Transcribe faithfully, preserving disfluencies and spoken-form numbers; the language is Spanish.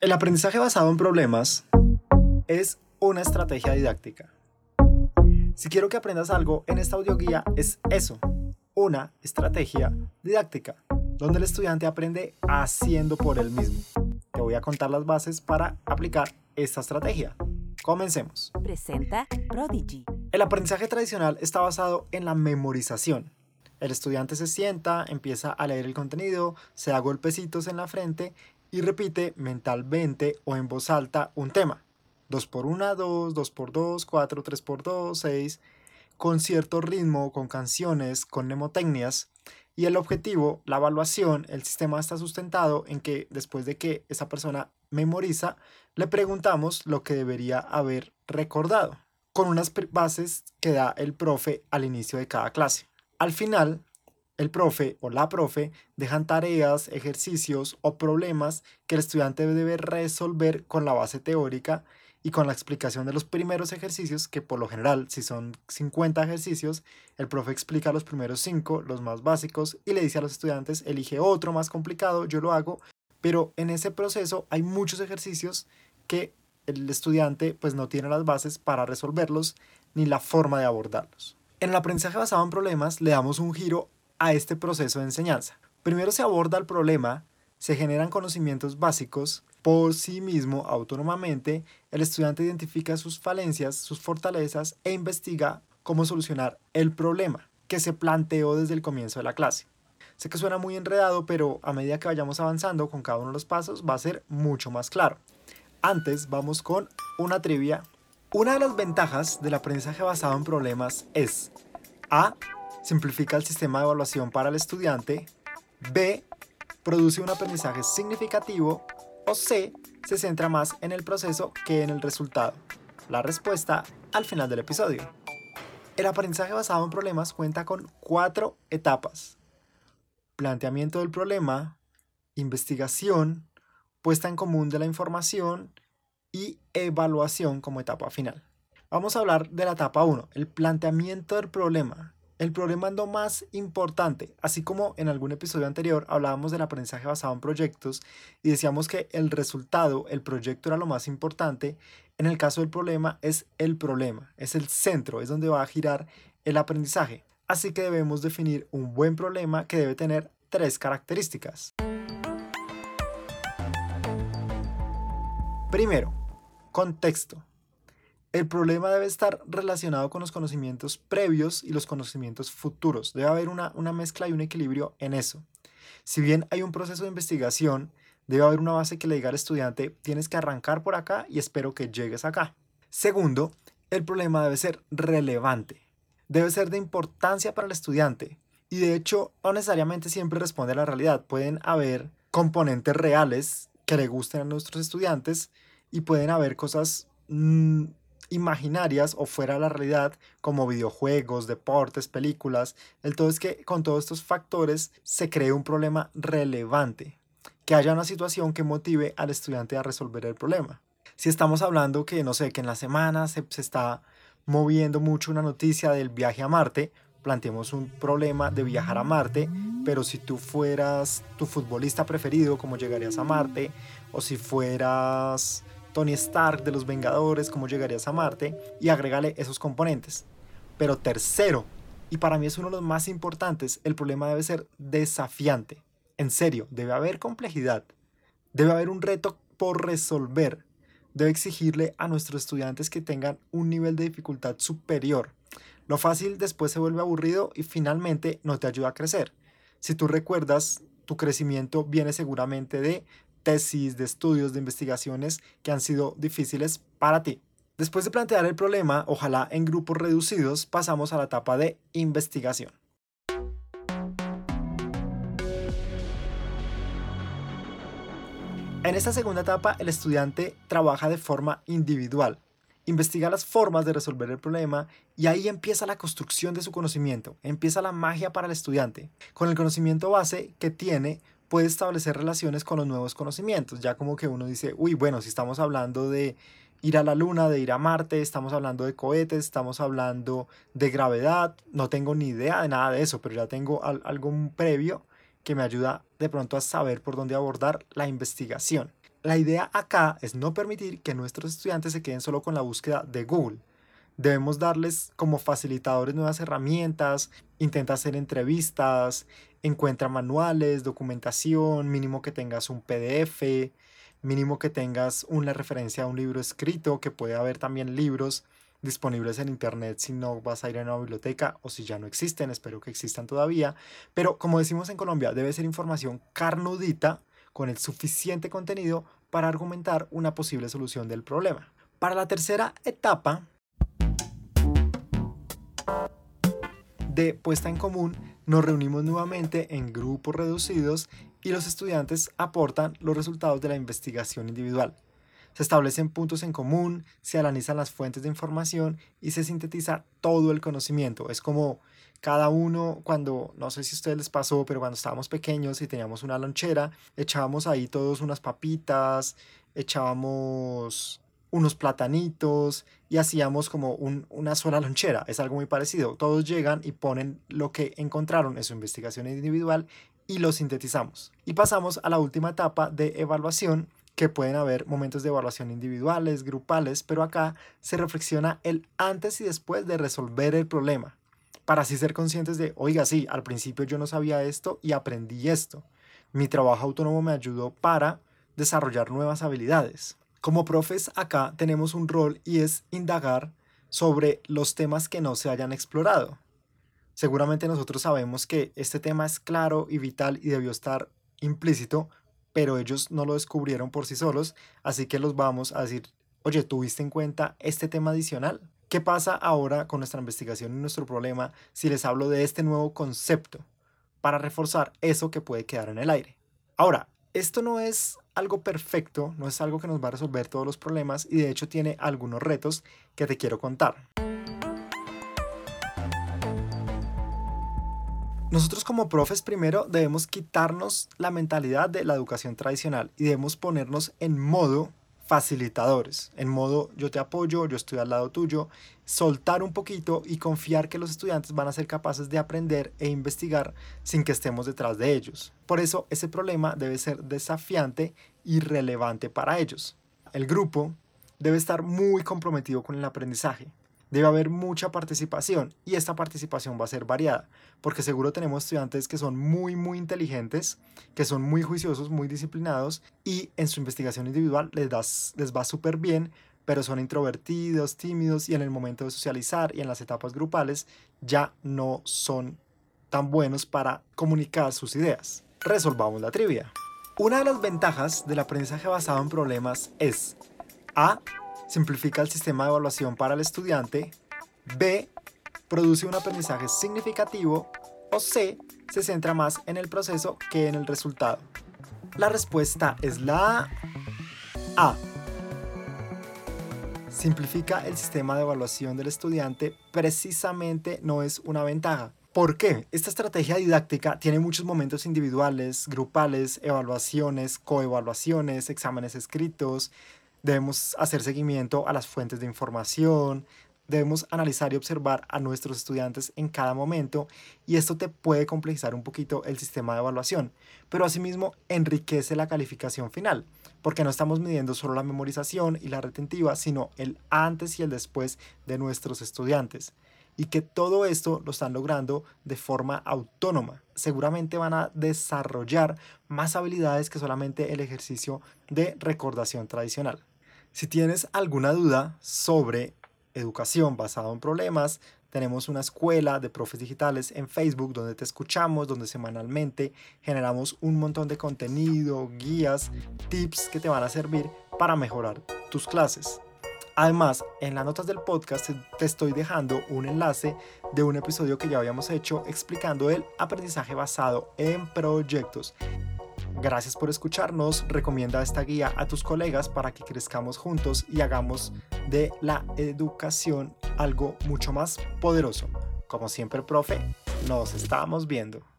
El aprendizaje basado en problemas es una estrategia didáctica. Si quiero que aprendas algo en esta audioguía es eso, una estrategia didáctica, donde el estudiante aprende haciendo por él mismo. Te voy a contar las bases para aplicar esta estrategia. Comencemos. Presenta Prodigy. El aprendizaje tradicional está basado en la memorización. El estudiante se sienta, empieza a leer el contenido, se da golpecitos en la frente y repite mentalmente o en voz alta un tema. dos por uno, dos, dos por dos, cuatro, tres por dos, seis, con cierto ritmo, con canciones, con mnemotecnias. Y el objetivo, la evaluación, el sistema está sustentado en que después de que esa persona memoriza, le preguntamos lo que debería haber recordado, con unas bases que da el profe al inicio de cada clase. Al final, el profe o la profe dejan tareas, ejercicios o problemas que el estudiante debe resolver con la base teórica y con la explicación de los primeros ejercicios, que por lo general, si son cincuenta ejercicios, el profe explica los primeros cinco, los más básicos, y le dice a los estudiantes, elige otro más complicado, yo lo hago, pero en ese proceso hay muchos ejercicios que el estudiante pues no tiene las bases para resolverlos ni la forma de abordarlos. En el aprendizaje basado en problemas le damos un giro a este proceso de enseñanza. Primero se aborda el problema, se generan conocimientos básicos, por sí mismo, autónomamente, el estudiante identifica sus falencias, sus fortalezas e investiga cómo solucionar el problema que se planteó desde el comienzo de la clase. Sé que suena muy enredado, pero a medida que vayamos avanzando con cada uno de los pasos va a ser mucho más claro. Antes vamos con una trivia. Una de las ventajas del aprendizaje basado en problemas es A. Simplifica el sistema de evaluación para el estudiante. B. Produce un aprendizaje significativo. O C. Se centra más en el proceso que en el resultado. La respuesta al final del episodio. El aprendizaje basado en problemas cuenta con cuatro etapas: planteamiento del problema, investigación, puesta en común de la información y evaluación como etapa final. Vamos a hablar de la etapa uno, el planteamiento del problema. El problema es lo más importante, así como en algún episodio anterior hablábamos del aprendizaje basado en proyectos y decíamos que el resultado, el proyecto era lo más importante. En el caso del problema es el problema, es el centro, es donde va a girar el aprendizaje. Así que debemos definir un buen problema que debe tener tres características. Primero, contexto. El problema debe estar relacionado con los conocimientos previos y los conocimientos futuros. Debe haber una, una mezcla y un equilibrio en eso. Si bien hay un proceso de investigación, debe haber una base que le diga al estudiante, tienes que arrancar por acá y espero que llegues acá. Segundo, el problema debe ser relevante. Debe ser de importancia para el estudiante. Y de hecho, no necesariamente siempre responde a la realidad. Pueden haber componentes reales que le gusten a nuestros estudiantes y pueden haber cosas Mmm, imaginarias o fuera de la realidad como videojuegos, deportes, películas. El todo es que con todos estos factores se cree un problema relevante, que haya una situación que motive al estudiante a resolver el problema. Si estamos hablando que, no sé, que en la semana se, se está moviendo mucho una noticia del viaje a Marte, planteemos un problema de viajar a Marte, pero si tú fueras tu futbolista preferido, ¿cómo llegarías a Marte? O si fueras Tony Stark de los Vengadores, ¿cómo llegarías a Marte? Y agrégale esos componentes. Pero tercero, y para mí es uno de los más importantes, el problema debe ser desafiante. En serio, debe haber complejidad. Debe haber un reto por resolver. Debe exigirle a nuestros estudiantes que tengan un nivel de dificultad superior. Lo fácil después se vuelve aburrido y finalmente no te ayuda a crecer. Si tú recuerdas, tu crecimiento viene seguramente de tesis, de estudios, de investigaciones que han sido difíciles para ti. Después de plantear el problema, ojalá en grupos reducidos, pasamos a la etapa de investigación. En esta segunda etapa, el estudiante trabaja de forma individual, investiga las formas de resolver el problema y ahí empieza la construcción de su conocimiento, empieza la magia para el estudiante. Con el conocimiento base que tiene, puede establecer relaciones con los nuevos conocimientos, ya como que uno dice, uy, bueno, si estamos hablando de ir a la luna, de ir a Marte, estamos hablando de cohetes, estamos hablando de gravedad, no tengo ni idea de nada de eso, pero ya tengo al- algo previo que me ayuda de pronto a saber por dónde abordar la investigación. La idea acá es no permitir que nuestros estudiantes se queden solo con la búsqueda de Google. Debemos darles como facilitadores nuevas herramientas, intenta hacer entrevistas, encuentra manuales, documentación, mínimo que tengas un P D F, mínimo que tengas una referencia a un libro escrito, que puede haber también libros disponibles en internet si no vas a ir a una biblioteca o si ya no existen, espero que existan todavía, pero como decimos en Colombia, debe ser información carnudita con el suficiente contenido para argumentar una posible solución del problema. Para la tercera etapa de puesta en común, nos reunimos nuevamente en grupos reducidos y los estudiantes aportan los resultados de la investigación individual. Se establecen puntos en común, se analizan las fuentes de información y se sintetiza todo el conocimiento. Es como cada uno, cuando, no sé si a ustedes les pasó, pero cuando estábamos pequeños y teníamos una lonchera, echábamos ahí todos unas papitas, echábamos unos platanitos y hacíamos como un, una sola lonchera. Es algo muy parecido. Todos llegan y ponen lo que encontraron en su investigación individual y lo sintetizamos. Y pasamos a la última etapa de evaluación, que pueden haber momentos de evaluación individuales, grupales, pero acá se reflexiona el antes y después de resolver el problema, para así ser conscientes de, oiga, sí, al principio yo no sabía esto y aprendí esto. Mi trabajo autónomo me ayudó para desarrollar nuevas habilidades. Como profes, acá tenemos un rol y es indagar sobre los temas que no se hayan explorado. Seguramente nosotros sabemos que este tema es claro y vital y debió estar implícito, pero ellos no lo descubrieron por sí solos, así que los vamos a decir, oye, ¿tuviste en cuenta este tema adicional? ¿Qué pasa ahora con nuestra investigación y nuestro problema si les hablo de este nuevo concepto para reforzar eso que puede quedar en el aire? Ahora, esto no es algo perfecto, no es algo que nos va a resolver todos los problemas y de hecho tiene algunos retos que te quiero contar. Nosotros como profes primero debemos quitarnos la mentalidad de la educación tradicional y debemos ponernos en modo facilitadores, en modo yo te apoyo, yo estoy al lado tuyo, soltar un poquito y confiar que los estudiantes van a ser capaces de aprender e investigar sin que estemos detrás de ellos. Por eso ese problema debe ser desafiante y relevante para ellos. El grupo debe estar muy comprometido con el aprendizaje. Debe haber mucha participación y esta participación va a ser variada, porque seguro tenemos estudiantes que son muy muy inteligentes, que son muy juiciosos, muy disciplinados y en su investigación individual les, das, les va súper bien, pero son introvertidos, tímidos y en el momento de socializar y en las etapas grupales ya no son tan buenos para comunicar sus ideas. Resolvamos la trivia. Una de las ventajas del aprendizaje basado en problemas es A. Simplifica el sistema de evaluación para el estudiante. B. Produce un aprendizaje significativo. O C. Se centra más en el proceso que en el resultado. La respuesta es la A. Simplifica el sistema de evaluación del estudiante. Precisamente no es una ventaja. ¿Por qué? Esta estrategia didáctica tiene muchos momentos individuales, grupales, evaluaciones, coevaluaciones, exámenes escritos. Debemos hacer seguimiento a las fuentes de información, debemos analizar y observar a nuestros estudiantes en cada momento y esto te puede complejizar un poquito el sistema de evaluación, pero asimismo enriquece la calificación final, porque no estamos midiendo solo la memorización y la retentiva, sino el antes y el después de nuestros estudiantes. Y que todo esto lo están logrando de forma autónoma. Seguramente van a desarrollar más habilidades que solamente el ejercicio de recordación tradicional. Si tienes alguna duda sobre educación basada en problemas, tenemos una escuela de profes digitales en Facebook donde te escuchamos, donde semanalmente generamos un montón de contenido, guías, tips que te van a servir para mejorar tus clases. Además, en las notas del podcast te estoy dejando un enlace de un episodio que ya habíamos hecho explicando el aprendizaje basado en proyectos. Gracias por escucharnos, recomienda esta guía a tus colegas para que crezcamos juntos y hagamos de la educación algo mucho más poderoso. Como siempre, profe, nos estamos viendo.